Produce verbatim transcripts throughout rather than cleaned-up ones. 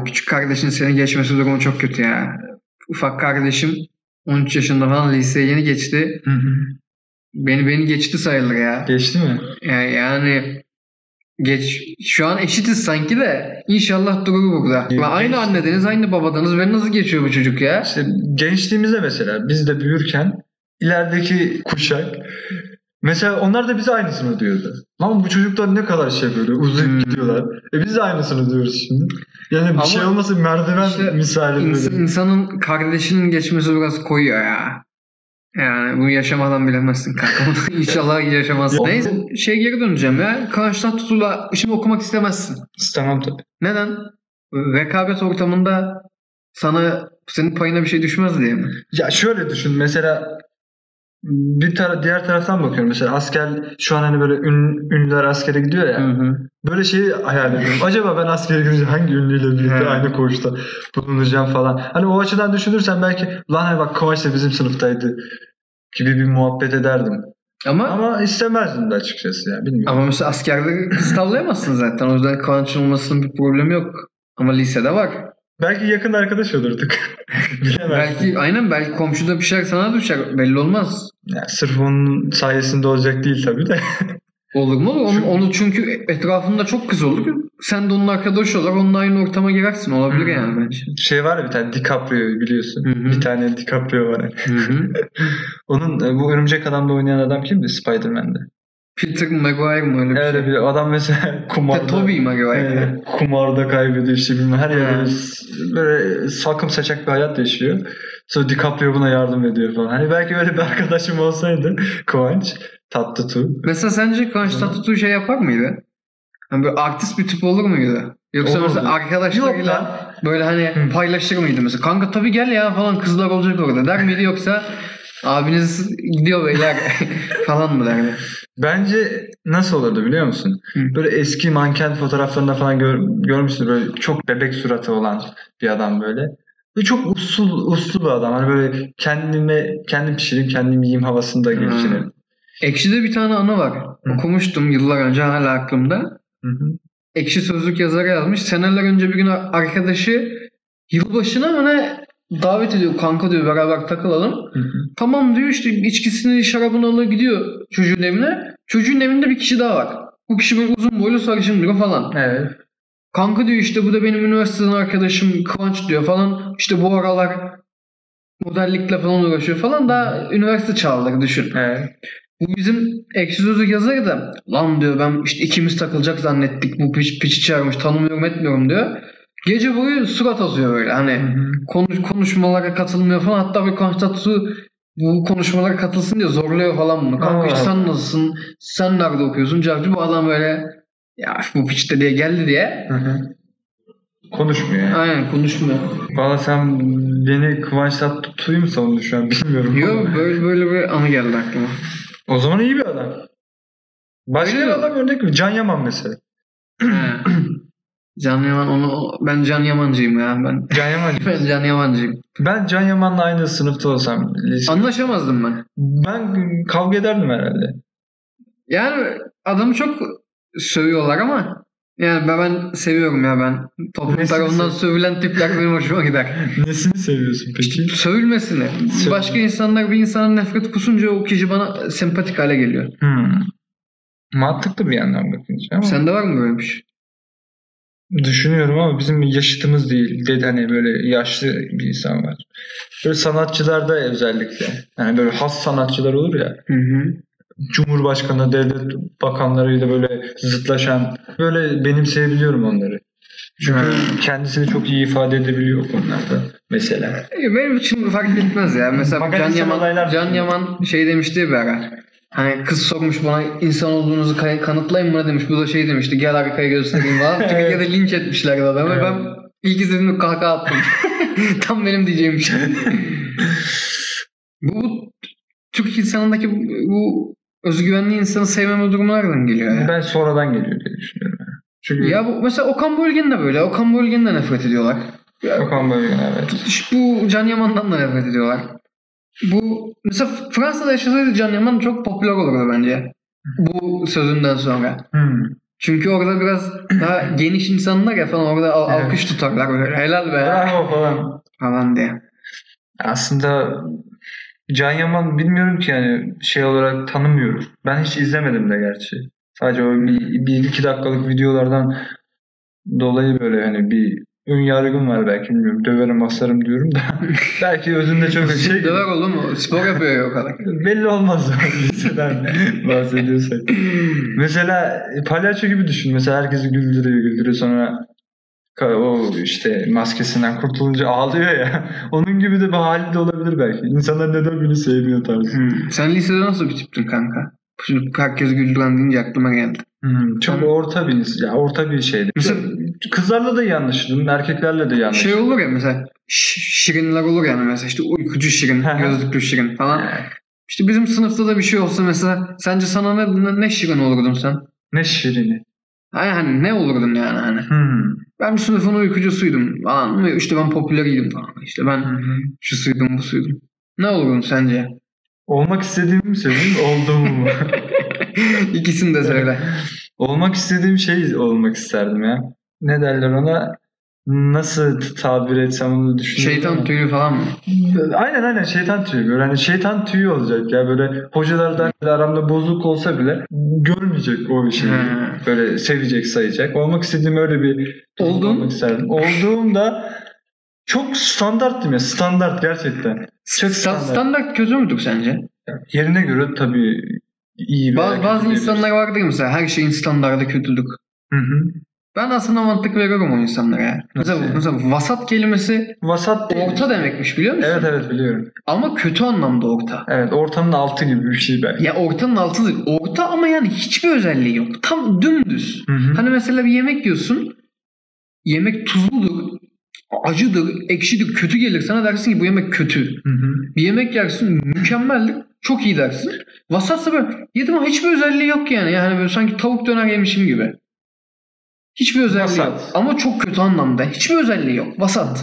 küçük kardeşin seni geçmesi durumu çok kötü ya. Ufak kardeşim on üç yaşında falan liseye yeni geçti. Hı hı. Beni beni geçti sayılır ya. Geçti mi? Yani, yani geç şu an eşitiz sanki de inşallah durur burada. Geç- Lan aynı annedeniz, aynı babadanız. Ben nasıl geçiyor bu çocuk ya? İşte gençliğimizde mesela biz de büyürken ilerideki kuşak mesela onlar da bize aynısını diyordu. Lan bu çocuklar ne kadar şey böyle uzayıp Hmm. gidiyorlar. E biz de aynısını diyoruz şimdi. Yani bir Ama şey olmasın merdiven işte misali İns- böyle. insanın kardeşinin geçmesi biraz koyuyor ya. Yani bunu yaşamadan bilemezsin kanka. İnşallah yaşamazsın. Ya- Neyse şey geri döneceğim ya. Kıvanç Tatlıtuğ'la şimdi okumak istemezsin. İstemem tabii. Neden? Rekabet ortamında sana senin payına bir şey düşmez diye mi? Ya şöyle düşün mesela bir tara diğer taraftan bakıyorum. Mesela asker şu an hani böyle ün, ünlüler askere gidiyor ya. Hı hı. Böyle şeyi hayal ediyorum. Acaba ben askere gidince hangi ünlüyle birlikte He. aynı koğuşta bulunacağım falan. Hani o açıdan düşünürsen belki lan hani bak Kıvanç da bizim sınıftaydı gibi bir muhabbet ederdim. Ama Ama istemezdim de açıkçası ya bilmiyorum. ama mesela askerde kız tavlayamazsın zaten. O yüzden Kıvanç'ın olmasının bir problemi yok. Ama lisede var. Belki yakın arkadaş olurduk. Bilemezsin. Belki aynen belki komşuda bir şey sana düşer. Belli olmaz. Ya, sırf onun sayesinde olacak değil tabii de. Olur mu olur? Onu, onu çünkü etrafında çok kız olur. Sen de onun arkadaş olarak onunla aynı ortama girersin. Olabilir Hmm. yani bence. Şey var ya bir tane DiCaprio biliyorsun. Hı hı. Bir tane DiCaprio var. Hı hı. Onun e, bu Örümcek Adam'da oynayan adam kimdi? Spider-Man'de. Peter Maguire mı öyle bir Öyle şey? bir adam mesela kumarda. Tobey Maguire. Evet, kumarda kaybediyor işte bilmem her yerde Evet. böyle salkım saçak bir hayat yaşıyor. Sonra DiCaprio buna yardım ediyor falan. Hani belki öyle bir arkadaşım olsaydı Kıvanç Tatlıtuğ. Mesela sence Kıvanç Tatlıtuğ şey yapar mıydı? Yani böyle artist bir tip olur muydu? Yoksa Olurdu. mesela arkadaşlarıyla Yok lan. böyle hani Hı. paylaşır mıydı mesela? Kanka tabii gel ya falan kızlar olacak orada der miydi yoksa abiniz gidiyor beyler falan mı derdi? Bence nasıl olurdu biliyor musun? Hı. Böyle eski manken fotoğraflarında falan gör, görmüşsün böyle çok bebek suratı olan bir adam böyle. Ve çok uslu, uslu bir adam. Hani böyle kendime kendim pişireyim kendim yiyeyim havasında geçirir. Ekşi'de bir tane anı var. Hı. Okumuştum yıllar önce hala aklımda. Hı hı. Ekşi Sözlük yazarı yazmış. Seneler önce bir gün arkadaşı yılbaşına mı ne davet ediyor. Kanka diyor beraber takılalım. Hı hı. Tamam diyor işte içkisini şarabını alıyor gidiyor çocuğun evine. Çocuğun evinde bir kişi daha var. Bu kişi böyle uzun boylu sarışın diyor falan. Evet. Kanka diyor işte bu da benim üniversiteden arkadaşım Kıvanç diyor falan. İşte bu aralar modellikle falan uğraşıyor falan da üniversite çağları düşün. Evet. Bu bizim Ekşi Sözlük yazarı da lan diyor ben işte ikimiz takılacak zannettik bu piç, piçi çağırmış tanımıyorum etmiyorum diyor. Gece boyu surat asıyor böyle hani Hı hı. konuş, konuşmalara katılmıyor falan hatta bir konuştatsu bu konuşmalara katılsın diye zorluyor falan bunu. Kanka işte sen nasılsın? Sen nerede okuyorsun? Cavcı bu adam böyle ya bu piç de diye geldi diye. Hı hı. Konuşmuyor yani. Aynen konuşmuyor. Valla sen beni Kıvanç Tatlıtuğ'u mu savundun şu an bilmiyorum. Yok böyle böyle bir anı geldi aklıma. O zaman iyi bir adam. Başka Öyle bir mi? adam örnek mi? Can Yaman mesela. He. Can Yaman onu ben Can Yamancıyım ya ben. Can Yaman. Ben Can Yamancıyım. Ben Can Yaman'la aynı sınıfta olsam lise- Anlaşamazdım ben. ben kavga ederdim herhalde. Yani adamı çok sövüyorlar ama yani ben, ben seviyorum ya ben. Toplum Nesini tarafından sev- sövülen tipler benim hoşuma gider. Nesini seviyorsun peki? Sövülmesini. Sev- Başka insanlar bir insana nefret kusunca o kişi bana sempatik hale geliyor. Hmm. Mantıklı bir yandan bakınca ama Sende var mı böyle bir şey? düşünüyorum ama bizim yaşıtımız değil. Dedi hani böyle yaşlı bir insan var. Böyle sanatçılarda özellikle. Yani böyle has sanatçılar olur ya. Hı hı. Cumhurbaşkanı, devlet bakanlarıyla böyle zıtlaşan böyle benimseyebiliyorum onları. Çünkü Hmm. kendisini çok iyi ifade edebiliyor o konularda mesela. Benim için fark etmez ya. Mesela Can Magazinsel Yaman, olaylar Can düşünüyorum. Yaman şey demişti bir ara. Hani kız sormuş bana insan olduğunuzu kay- kanıtlayın mı demiş. Bu da şey demişti gel arkaya göstereyim falan. Türkiye'de linç etmişlerdi adamı. Evet. Ben ilk izlediğimde kahkaha attım. Tam benim diyeceğim şey. bu, bu Türk insanındaki bu, bu özgüvenli insanı sevmeme durumu nereden geliyor ya? Ben sonradan geliyor diye düşünüyorum. Çünkü Ya bu, mesela Okan Bölgen de böyle. Okan Bölgen'den de nefret ediyorlar. Ya, Okan Bölgen evet. bu Can Yaman'dan da nefret ediyorlar. Bu mesela Fransa'da yaşasaydı Can Yaman çok popüler olurdu bence. Bu sözünden sonra. Hmm. Çünkü orada biraz daha geniş insanlar ya falan orada al- Evet. alkış tutarlar böyle. Helal be Bravo falan. falan diye. Aslında Can Yaman bilmiyorum ki yani şey olarak tanımıyorum. Ben hiç izlemedim de gerçi. Sadece o bir, bir iki dakikalık videolardan dolayı böyle hani bir ön yargım var belki bilmiyorum. Döverim asarım diyorum da. Belki özünde çok şey Döver oğlum o. Spor yapıyor ya o kadar. belli olmaz o liseden bahsediyorsak. Mesela palyaço gibi düşün. Mesela herkesi güldürüyor güldürüyor sonra ka- o işte maskesinden kurtulunca ağlıyor ya. Onun gibi de bir hali de olabilir belki. İnsanlar neden beni sevmiyor tarzı. Hmm. Sen lisede nasıl bir tiptin kanka? Şimdi herkes güldüren deyince aklıma geldi. Hmm, çok Sen- orta bir ins- ya orta bir şeydi. Mesela Kızlarla da iyi anlaşırdım, erkeklerle de iyi şey anlaşırdım. olur ya mesela ş- şirinler olur yani mesela işte uykucu şirin, Hı hı. gözlüklü şirin falan. Yani, İşte bizim sınıfta da bir şey olsa mesela sence sana ne, ne, ne şirin olurdun sen? ne şirini. Hani, hani ne olurdun yani hani? Hmm. Ben bir sınıfın uykucusuydum falan. İşte ben popüleriydim falan. İşte ben Hı hı. şu suydum bu suydum. Ne olurdun sence? Olmak istediğimi mi söyleyeyim, olduğumu mu? İkisini de söyle. Olmak istediğim şey olmak isterdim ya. Ne derler ona? Nasıl t- tabir etsem onu düşünüyorum Şeytan ama. tüyü falan mı? Aynen aynen şeytan tüyü. Böyle hani şeytan tüyü olacak ya. Böyle hocalardan bile aramda bozuk olsa bile görmeyecek o şeyi. Ha. Böyle sevecek, sayacak. Olmak istediğim öyle bir durum Oldun? olmak isterdim. Olduğumda çok standarttım ya. Standart gerçekten. Çok Sta- standart. standart kötü müdür sence? Yerine göre tabii iyi veya Bazı, kötü bazı diyebiliriz. insanlar vardır mesela her şeyin standardı kötülük. Hı hı. Ben aslında mantık veriyorum o insanlara ya. Nasıl Mesela, yani? mesela vasat kelimesi Vasat değil. orta demekmiş biliyor musun? Evet evet biliyorum. Ama kötü anlamda orta. Evet ortanın altı gibi bir şey belki. Ya ortanın altıdır. Orta ama yani hiçbir özelliği yok. Tam dümdüz. Hı hı. Hani mesela bir yemek yiyorsun. Yemek tuzludur, acıdır, ekşidir, kötü gelir. Sana dersin ki bu yemek kötü. Hı hı. Bir yemek yersin mükemmeldir. Çok iyi dersin. Vasatsa böyle yedim ama hiçbir özelliği yok yani. Yani böyle sanki tavuk döner yemişim gibi. Hiçbir özelliği Vasat. yok. Ama çok kötü anlamda. Hiçbir özelliği yok. Vasat.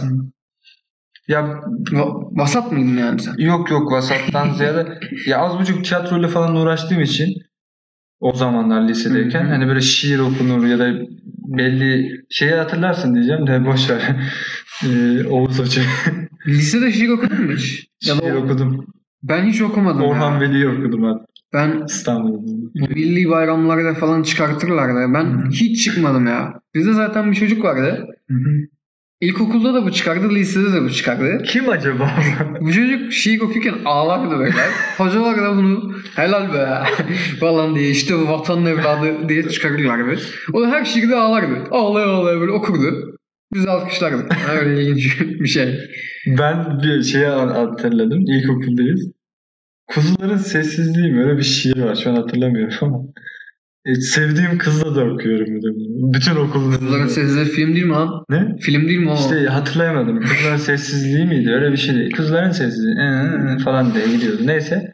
Ya Va- vasat mıydın yani sen? yok yok vasattan ziyade ya az buçuk tiyatroyla falan uğraştığım için o zamanlar lisedeyken Hı hı. hani böyle şiir okunur ya da belli şeyi hatırlarsın diyeceğim de boş ver. ee, Oğuz Hoca. Lisede şiir okudun mu hiç? Ya da Şiir o- okudum. ben hiç okumadım Orhan ya. Veli'yi okudum hatta Ben İstanbul'da. bu milli bayramlarda falan çıkartırlardı. Ben Hı hı. hiç çıkmadım ya. Bizde zaten bir çocuk vardı. Hı hı. İlkokulda da bu çıkardı, lisede de bu çıkardı. Kim acaba? Bu çocuk şiir okurken ağlardı böyle. Hocalar da bunu helal be falan diye işte bu vatanın evladı diye çıkarırlardı. O da her şiirde ağlardı. Ağlaya ağlaya böyle okurdu. Biz de alkışlardık. Öyle ilginç bir şey. Ben bir şeyi hatırladım. İlkokuldayız. Kuzuların Sessizliği mi? Öyle bir şiir var. Şu an hatırlamıyorum ama. E, sevdiğim kızla da okuyorum. bir de bunu. Bütün okulun. Kızların Sessizliği film değil mi lan? Ne? Film değil mi o? İşte hatırlayamadım. Kızların Sessizliği miydi? Öyle bir şeydi. Kızların Sessizliği ee, falan diye gidiyordu. Neyse.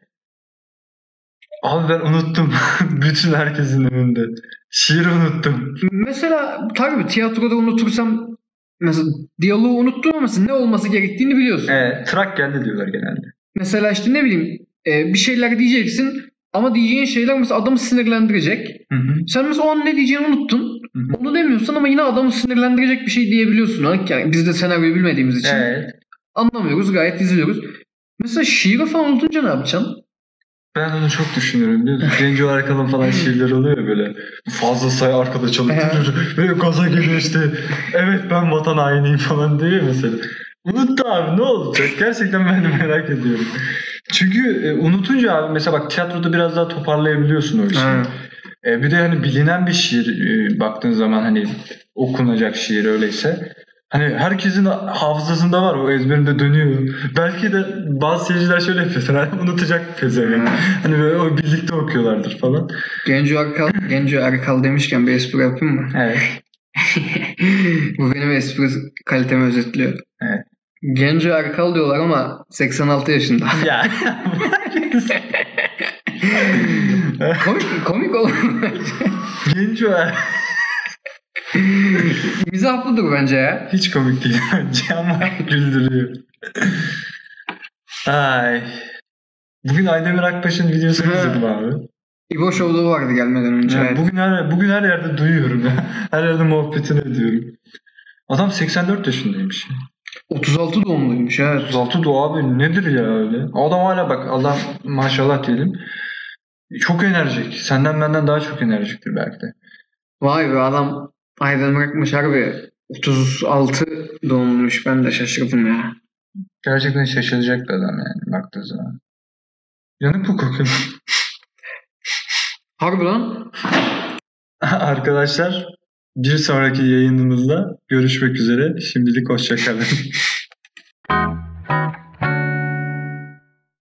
Abi ben unuttum. Bütün herkesin önünde. Şiiri unuttum. Mesela tabii tiyatroda unutursam mesela diyaloğu unuttun ama ne olması gerektiğini biliyorsun. E, trak geldi diyorlar genelde. Mesela işte ne bileyim e, bir şeyler diyeceksin ama diyeceğin şeyler mesela adamı sinirlendirecek. Hı hı. Sen mesela o an ne diyeceğini unuttun. Hı hı. Onu demiyorsun ama yine adamı sinirlendirecek bir şey diyebiliyorsun. Yani biz de senaryoyu bilmediğimiz için Evet. anlamıyoruz, gayet izliyoruz. Mesela şiire falan unutunca ne yapacaksın? Ben onu çok düşünüyorum biliyor musun? Genco Arkal'ın falan şiirleri oluyor ya böyle. Fazla sayı arkada çalıştırır. Böyle gaza geliyor işte. Evet ben vatan hainiyim falan diyor mesela. Unuttu abi ne olacak? Gerçekten ben de merak ediyorum. Çünkü e, unutunca abi mesela bak tiyatroda biraz daha toparlayabiliyorsun o işi. Ha. E, bir de hani bilinen bir şiir e, baktığın zaman hani okunacak şiir öyleyse. Hani herkesin hafızasında var o ezberinde dönüyor. Belki de bazı seyirciler şöyle yapıyor. Hani unutacak pezevenk. Hani böyle o birlikte okuyorlardır falan. Genco Erkal, Genco Erkal demişken bir espri yapayım mı? Evet. Bu benim espri kalitemi özetliyor. Evet. Genco Erkal diyorlar ama seksen altı yaşında. Ya. komik, komik olur bence. Genco er. Mizahlıdır bence ya. Hiç komik değil bence ama güldürüyor. Ay. Bugün Aydemir Akbaş'ın videosunu izledim abi. İbo Show'da vardı gelmeden önce. Yani evet. bugün her bugün her yerde duyuyorum ya. Her yerde muhabbetini ediyorum. Adam seksen dört yaşındaymış. otuz altı doğumluymuş evet. otuz altı doğu abi nedir ya öyle? Adam hala bak Allah maşallah diyelim. Çok enerjik. Senden benden daha çok enerjiktir belki de. Vay be adam aydan bırakmış harbi. otuz altı doğumluymuş. Ben de şaşırdım ya. Gerçekten şaşıracak bir adam yani baktığı zaman. Yanık bu kokuyor. Harbi lan. Arkadaşlar bir sonraki yayınımızda görüşmek üzere. Şimdilik hoşça kalın.